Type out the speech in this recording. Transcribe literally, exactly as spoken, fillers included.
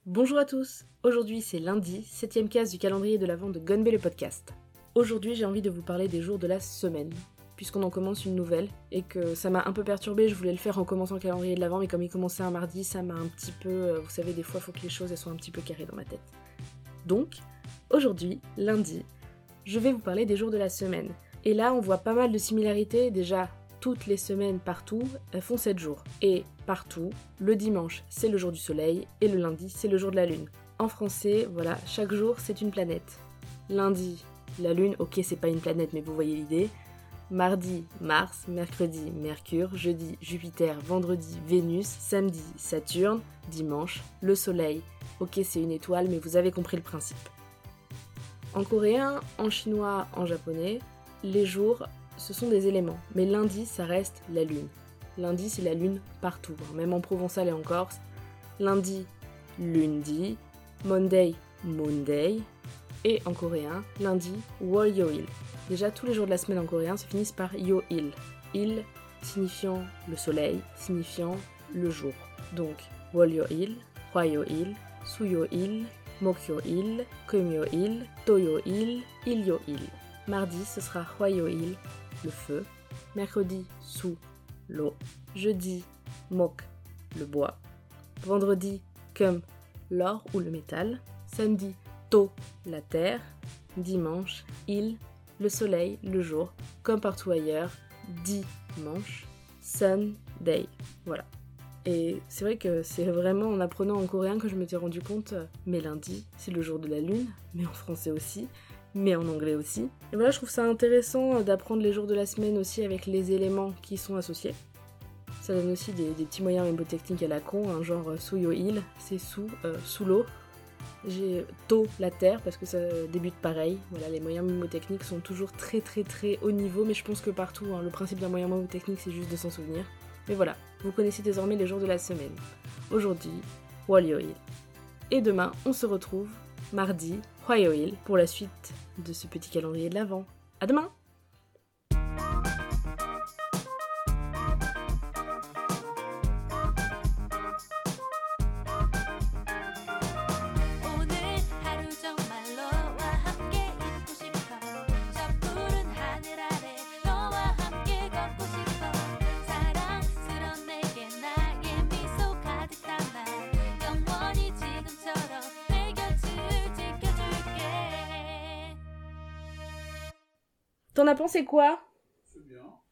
Bonjour à tous, aujourd'hui c'est lundi, septième case du calendrier de l'Avent de Gonbei le podcast. Aujourd'hui j'ai envie de vous parler des jours de la semaine, puisqu'on en commence une nouvelle, et que ça m'a un peu perturbée, je voulais le faire en commençant le calendrier de l'Avent, mais comme il commençait un mardi, ça m'a un petit peu... Vous savez, des fois il faut que les choses elles soient un petit peu carrées dans ma tête. Donc, aujourd'hui, lundi, je vais vous parler des jours de la semaine. Et là on voit pas mal de similarités, déjà... Toutes les semaines, partout, elles font sept jours. Et partout, le dimanche, c'est le jour du soleil, et le lundi, c'est le jour de la lune. En français, voilà, chaque jour, c'est une planète. Lundi, la lune, ok, c'est pas une planète, mais vous voyez l'idée. Mardi, Mars, mercredi, Mercure, jeudi, Jupiter, vendredi, Vénus, samedi, Saturne, dimanche, le soleil. Ok, c'est une étoile, mais vous avez compris le principe. En coréen, en chinois, en japonais, les jours... ce sont des éléments, mais lundi, ça reste la lune. Lundi, c'est la lune partout, hein, même en provençal et en corse. Lundi, lundi, Monday, Monday, et en coréen, lundi, Wolyoil. Déjà, tous les jours de la semaine en coréen se finissent par Yoil. Il signifiant le soleil, signifiant le jour. Donc, Wolyoil, Hwayoil, Suyoil, Mokyoil, Kumyoil, Toyoil, Ilyoil. Mardi, ce sera Hwayoil, le feu. Mercredi, Su, l'eau. Jeudi, Mok, le bois. Vendredi, Kum, l'or ou le métal. Samedi, To, la terre. Dimanche, Il, le soleil, le jour. Comme partout ailleurs, dimanche, Sunday. Voilà. Et c'est vrai que c'est vraiment en apprenant en coréen que je m'étais rendu compte, mais lundi, c'est le jour de la lune, mais en français aussi. Mais en anglais aussi. Et voilà, je trouve ça intéressant d'apprendre les jours de la semaine aussi avec les éléments qui sont associés. Ça donne aussi des, des petits moyens mémotechniques à la con, hein, genre Suyoil, c'est sous, euh, sous l'eau. J'ai To, la terre, parce que ça débute pareil. Voilà, les moyens mémotechniques sont toujours très très très haut niveau, mais je pense que partout, hein, le principe d'un moyen mémotechnique, c'est juste de s'en souvenir. Mais voilà, vous connaissez désormais les jours de la semaine. Aujourd'hui, Wolyoil. Et demain, on se retrouve mardi, Hwayoil, pour la suite de ce petit calendrier de l'Avent. À demain! T'en as pensé quoi? C'est bien.